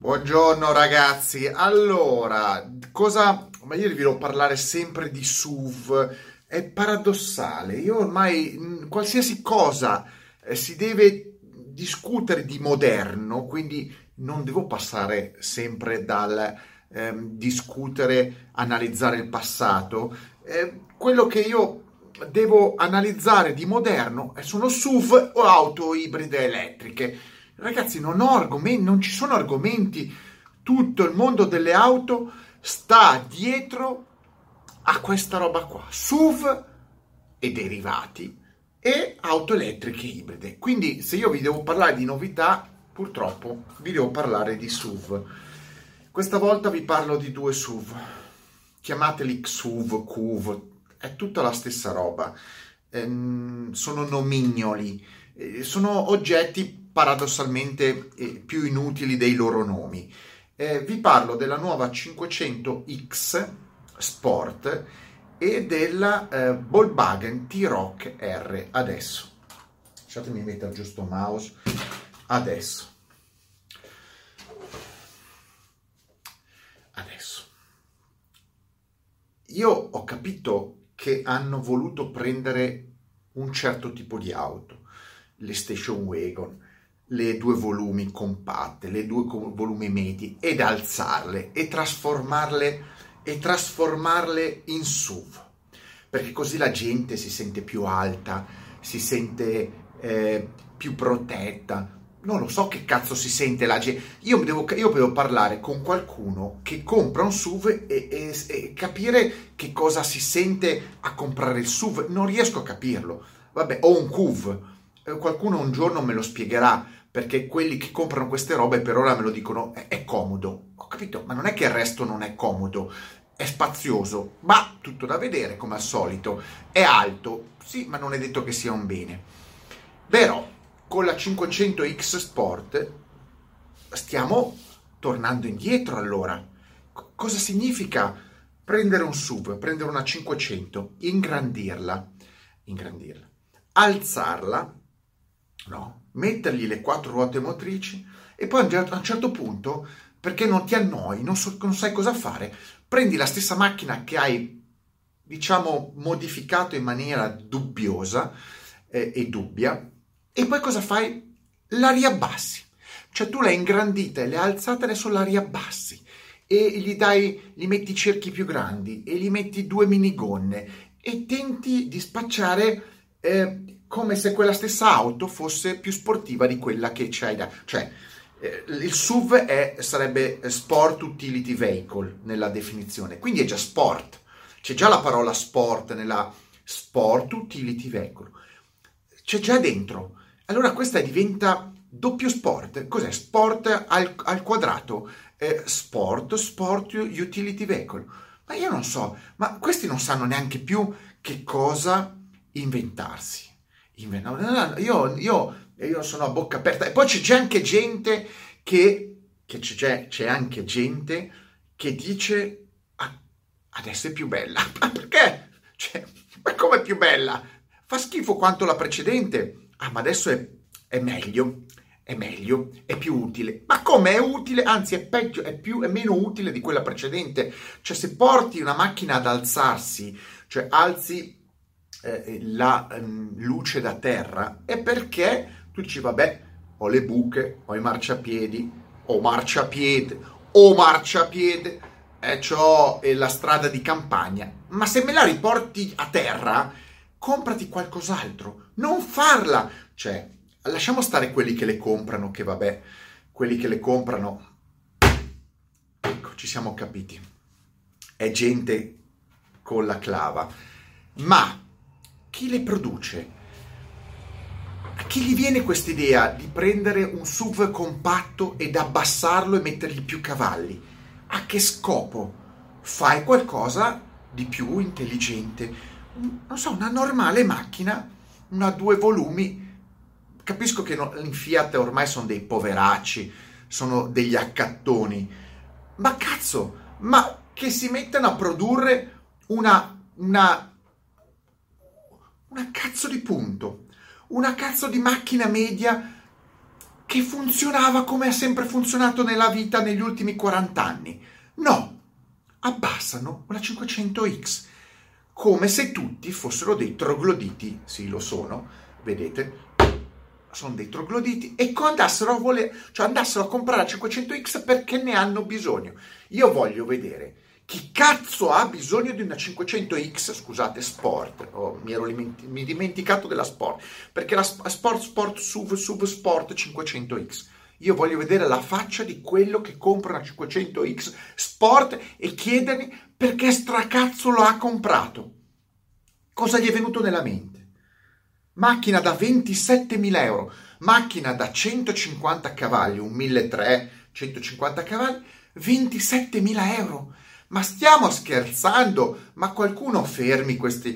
Buongiorno ragazzi, allora, ma io vi devo parlare sempre di SUV, è paradossale, io ormai qualsiasi cosa si deve discutere di moderno, quindi non devo passare sempre dal discutere, analizzare il passato. Quello che io devo analizzare di moderno sono SUV o auto ibride elettriche. Ragazzi, non ci sono argomenti. Tutto il mondo delle auto sta dietro a questa roba qua. SUV e derivati e auto elettriche ibride. Quindi, se io vi devo parlare di novità, purtroppo vi devo parlare di SUV. Questa volta vi parlo di due SUV. Chiamateli XUV, CUV, è tutta la stessa roba. Sono nomignoli, sono oggetti paradossalmente più inutili dei loro nomi. Vi parlo della nuova 500X Sport e della Volkswagen T-Roc R. Adesso lasciatemi mettere giusto mouse. Adesso io ho capito che hanno voluto prendere un certo tipo di auto, le station wagon, le due volumi compatte, le due volumi medi, ed alzarle e trasformarle in SUV, perché così la gente si sente più alta, si sente più protetta. Non lo so che cazzo si sente la gente. Io devo parlare con qualcuno che compra un SUV e capire che cosa si sente a comprare il SUV. Non riesco a capirlo. Vabbè, o un CUV. Qualcuno un giorno me lo spiegherà, perché quelli che comprano queste robe per ora me lo dicono, è comodo. Ho capito, ma non è che il resto non è comodo. È spazioso, ma tutto da vedere come al solito. È alto, sì, ma non è detto che sia un bene. Però con la 500X Sport stiamo tornando indietro allora. Cosa significa prendere un SUV, prendere una 500, ingrandirla, alzarla, no? Mettergli le quattro ruote motrici e poi a un certo punto, perché non ti annoi, non sai cosa fare, prendi la stessa macchina che hai, diciamo, modificato in maniera dubbiosa e dubbia, e poi cosa fai? La riabbassi. Cioè tu l'hai ingrandita e l'hai alzata, adesso la riabbassi e gli metti cerchi più grandi e gli metti due minigonne e tenti di spacciare come se quella stessa auto fosse più sportiva di quella che c'hai da... Cioè, il SUV sarebbe Sport Utility Vehicle nella definizione, quindi è già sport. C'è già la parola sport nella Sport Utility Vehicle. C'è già dentro. Allora questa diventa doppio sport. Cos'è? Sport al quadrato. Sport Utility Vehicle. Ma io non so, ma questi non sanno neanche più che cosa inventarsi. Io sono a bocca aperta. E poi c'è anche gente c'è anche gente che dice adesso è più bella. Ma perché? Cioè, ma come più bella? Fa schifo quanto la precedente. Ma adesso è meglio, è più utile. Ma come è utile? Anzi, è peggio, è meno utile di quella precedente. Cioè, se porti una macchina ad alzarsi, cioè alzi la luce da terra, è perché tu dici, vabbè, ho le buche, ho i marciapiedi, ho marciapiede, e c'ho la strada di campagna. Ma se me la riporti a terra, comprati qualcos'altro, non farla. Cioè, lasciamo stare quelli che le comprano, che vabbè, quelli che le comprano, ecco, ci siamo capiti, è gente con la clava. Ma chi le produce? A chi gli viene questa idea di prendere un SUV compatto ed abbassarlo e mettergli più cavalli? A che scopo? Fai qualcosa di più intelligente. Non so, una normale macchina, una due volumi. Capisco che in Fiat ormai sono dei poveracci, sono degli accattoni, ma cazzo, ma che si mettano a produrre una cazzo di punto, una cazzo di macchina media che funzionava come ha sempre funzionato nella vita negli ultimi 40 anni. No, abbassano la 500X, come se tutti fossero dei trogloditi. Sì, lo sono, vedete? Sono dei trogloditi e andassero a comprare la 500X perché ne hanno bisogno. Io voglio vedere chi cazzo ha bisogno di una 500X, scusate, Sport. Mi dimenticato della Sport, perché la Sport SUV Sport 500X. Io voglio vedere la faccia di quello che compra una 500X Sport e chiedergli perché stracazzo lo ha comprato. Cosa gli è venuto nella mente? Macchina da 27.000 euro, macchina da 150 cavalli, un 1.300, 150 cavalli, 27.000 euro. Ma stiamo scherzando? Ma qualcuno fermi questi,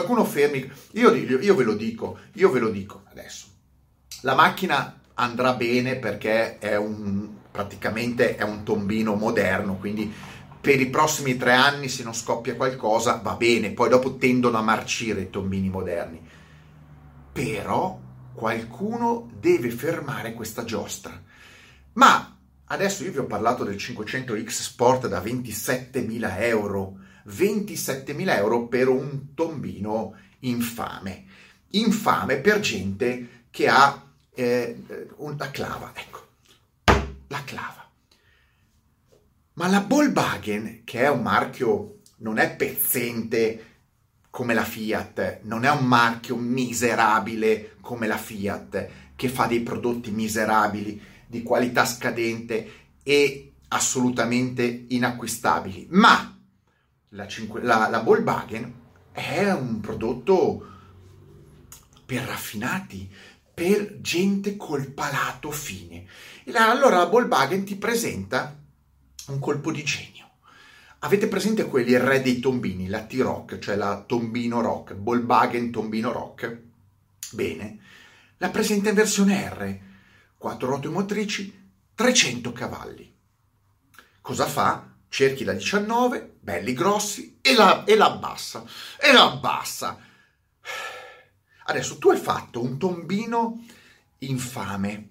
io ve lo dico adesso. La macchina andrà bene perché praticamente è un tombino moderno, quindi per i prossimi 3 anni, se non scoppia qualcosa, va bene, poi dopo tendono a marcire i tombini moderni. Però qualcuno deve fermare questa giostra. Ma adesso io vi ho parlato del 500X Sport da 27.000 euro. 27.000 euro per un tombino infame. Infame per gente che ha la clava. Ecco, la clava. Ma la Volkswagen, che è un marchio, non è pezzente come la Fiat, non è un marchio miserabile come la Fiat, che fa dei prodotti miserabili, di qualità scadente e assolutamente inacquistabili. Ma la Volkswagen è un prodotto per raffinati, per gente col palato fine. Allora la Volkswagen ti presenta un colpo di genio. Avete presente quelli re dei tombini, la T-Roc, cioè la Tombino Rock, Volkswagen Tombino Rock? Bene, la presenta in versione R, 4 ruote motrici, 300 cavalli. Cosa fa? Cerchi da 19, belli grossi, e la abbassa. Adesso tu hai fatto un tombino infame,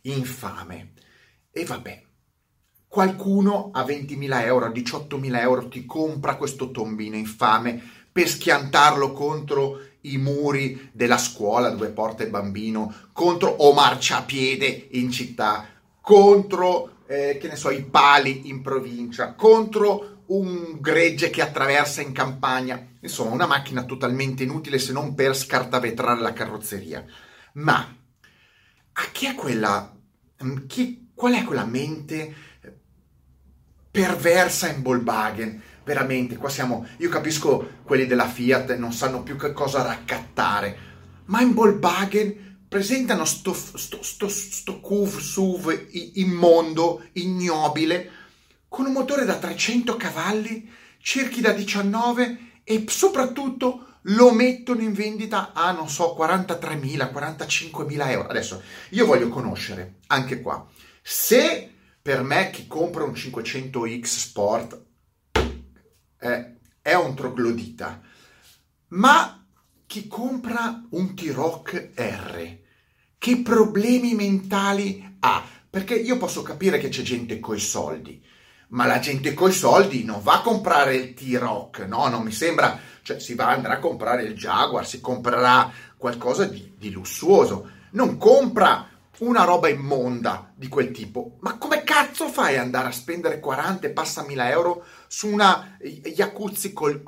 e vabbè. Qualcuno a 20.000 euro, a 18.000 euro ti compra questo tombino infame per schiantarlo contro i muri della scuola dove porta il bambino, o marciapiede in città, contro, i pali in provincia, contro un gregge che attraversa in campagna. Insomma, una macchina totalmente inutile se non per scartavetrare la carrozzeria. Ma a chi è qual è quella mente perversa in Volkswagen? Veramente, io capisco quelli della Fiat, non sanno più che cosa raccattare, ma in Volkswagen presentano sto CUV SUV immondo, ignobile, con un motore da 300 cavalli, cerchi da 19 e soprattutto lo mettono in vendita a, 43.000, 45.000 euro. Adesso, io voglio conoscere, anche qua, se per me chi compra un 500X Sport è un troglodita, ma chi compra un T-Roc R, che problemi mentali ha? Perché io posso capire che c'è gente coi soldi, ma la gente coi soldi non va a comprare il T-Roc, no? Non mi sembra, andrà a comprare il Jaguar, si comprerà qualcosa di lussuoso, non compra una roba immonda di quel tipo. Ma come cazzo fai ad andare a spendere 40 e passa mila euro su una jacuzzi con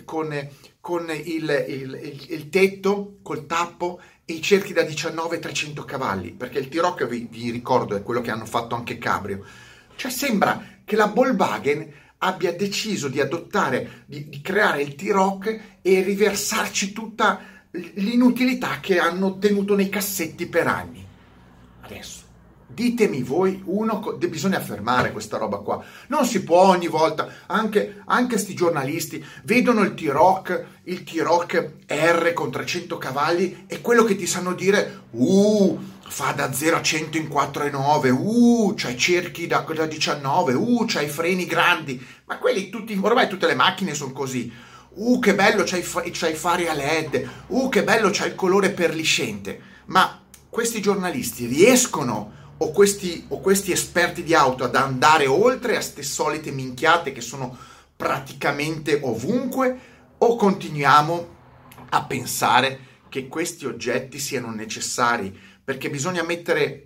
il tetto, col tappo e i cerchi da 19 300 cavalli? Perché il T-Roc, vi ricordo, è quello che hanno fatto anche Cabrio. Sembra che la Volkswagen abbia deciso di adottare, di creare il T-Roc e riversarci tutta l'inutilità che hanno tenuto nei cassetti per anni. Adesso, ditemi voi, bisogna fermare questa roba qua. Non si può ogni volta, anche sti giornalisti vedono il T-Roc R con 300 cavalli e quello che ti sanno dire, fa da 0 a 100 in 4,9, c'hai cerchi da 19, c'hai freni grandi, ma quelli ormai tutte le macchine sono così. Che bello, c'hai i fari a LED, che bello, c'hai il colore perliscente. Ma questi giornalisti riescono o questi esperti di auto ad andare oltre a ste solite minchiate che sono praticamente ovunque, o continuiamo a pensare che questi oggetti siano necessari, perché bisogna mettere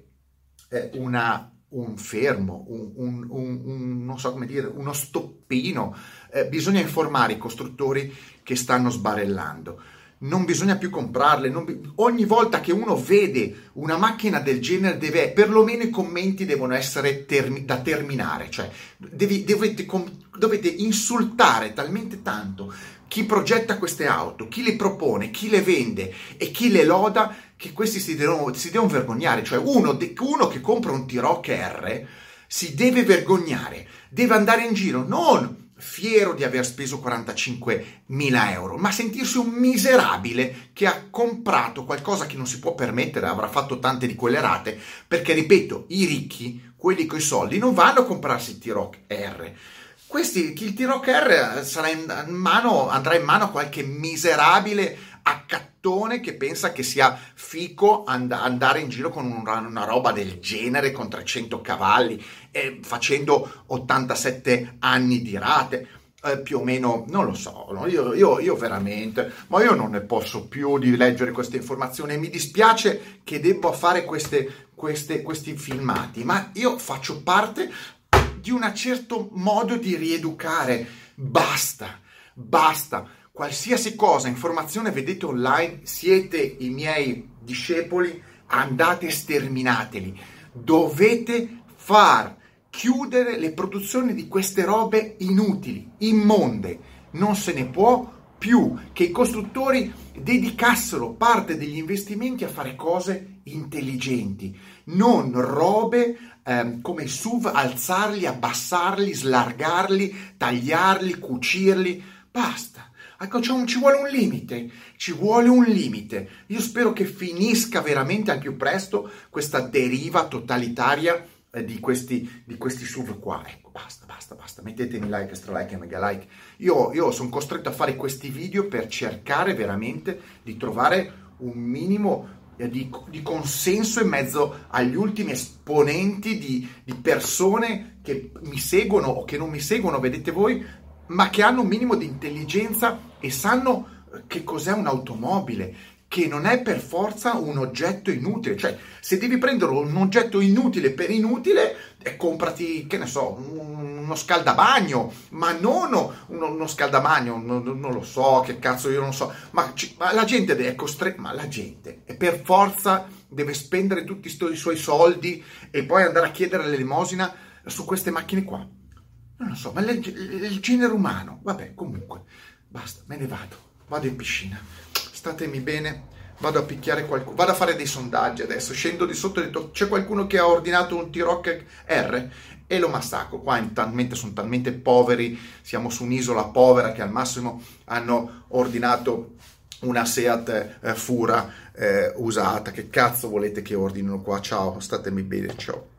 un fermo, non so come dire, uno stoppino, bisogna informare i costruttori che stanno sbarellando. Non bisogna più comprarle, ogni volta che uno vede una macchina del genere perlomeno i commenti devono essere da terminare, cioè dovete insultare talmente tanto chi progetta queste auto, chi le propone, chi le vende e chi le loda, che questi si devono vergognare. Cioè uno che compra un T-Roc R si deve vergognare, deve andare in giro non fiero di aver speso 45.000 euro, ma sentirsi un miserabile che ha comprato qualcosa che non si può permettere, avrà fatto tante di quelle rate, perché ripeto, i ricchi, quelli coi soldi, non vanno a comprarsi il T-Roc R. Il T-Roc R andrà in mano a qualche miserabile accattone che pensa che sia fico andare in giro con una roba del genere con 300 cavalli facendo 87 anni di rate, più o meno, non lo so, no? Io veramente, ma io non ne posso più di leggere queste informazioni e mi dispiace che debba fare questi filmati, ma io faccio parte di un certo modo di rieducare. Basta. Qualsiasi cosa, informazione vedete online, siete i miei discepoli, andate e sterminateli. Dovete far chiudere le produzioni di queste robe inutili, immonde. Non se ne può più. Che i costruttori dedicassero parte degli investimenti a fare cose intelligenti, non robe come i SUV, alzarli, abbassarli, slargarli, tagliarli, cucirli. Basta. Ecco, ci vuole un limite. Io spero che finisca veramente al più presto questa deriva totalitaria di questi SUV qua. Ecco, basta. Mettetemi like, extra like e mega like. Io sono costretto a fare questi video per cercare veramente di trovare un minimo di consenso in mezzo agli ultimi esponenti di persone che mi seguono o che non mi seguono, vedete voi, ma che hanno un minimo di intelligenza e sanno che cos'è un'automobile, che non è per forza un oggetto inutile. Cioè, se devi prendere un oggetto inutile per inutile, comprati, che ne so, uno scaldabagno, ma non uno scaldabagno, non lo so, che cazzo, io non so, ma la gente la gente per forza deve spendere tutti i suoi soldi e poi andare a chiedere l'elemosina su queste macchine qua. Non lo so, ma il genere umano. Vabbè, comunque, basta, me ne vado in piscina. Statemi bene, vado a picchiare qualcuno, vado a fare dei sondaggi adesso, scendo di sotto e detto, c'è qualcuno che ha ordinato un T-Roc R? E lo massacro. Qua sono talmente poveri, siamo su un'isola povera che al massimo hanno ordinato una Seat Fura usata. Che cazzo volete che ordinino qua? Ciao, statemi bene, ciao.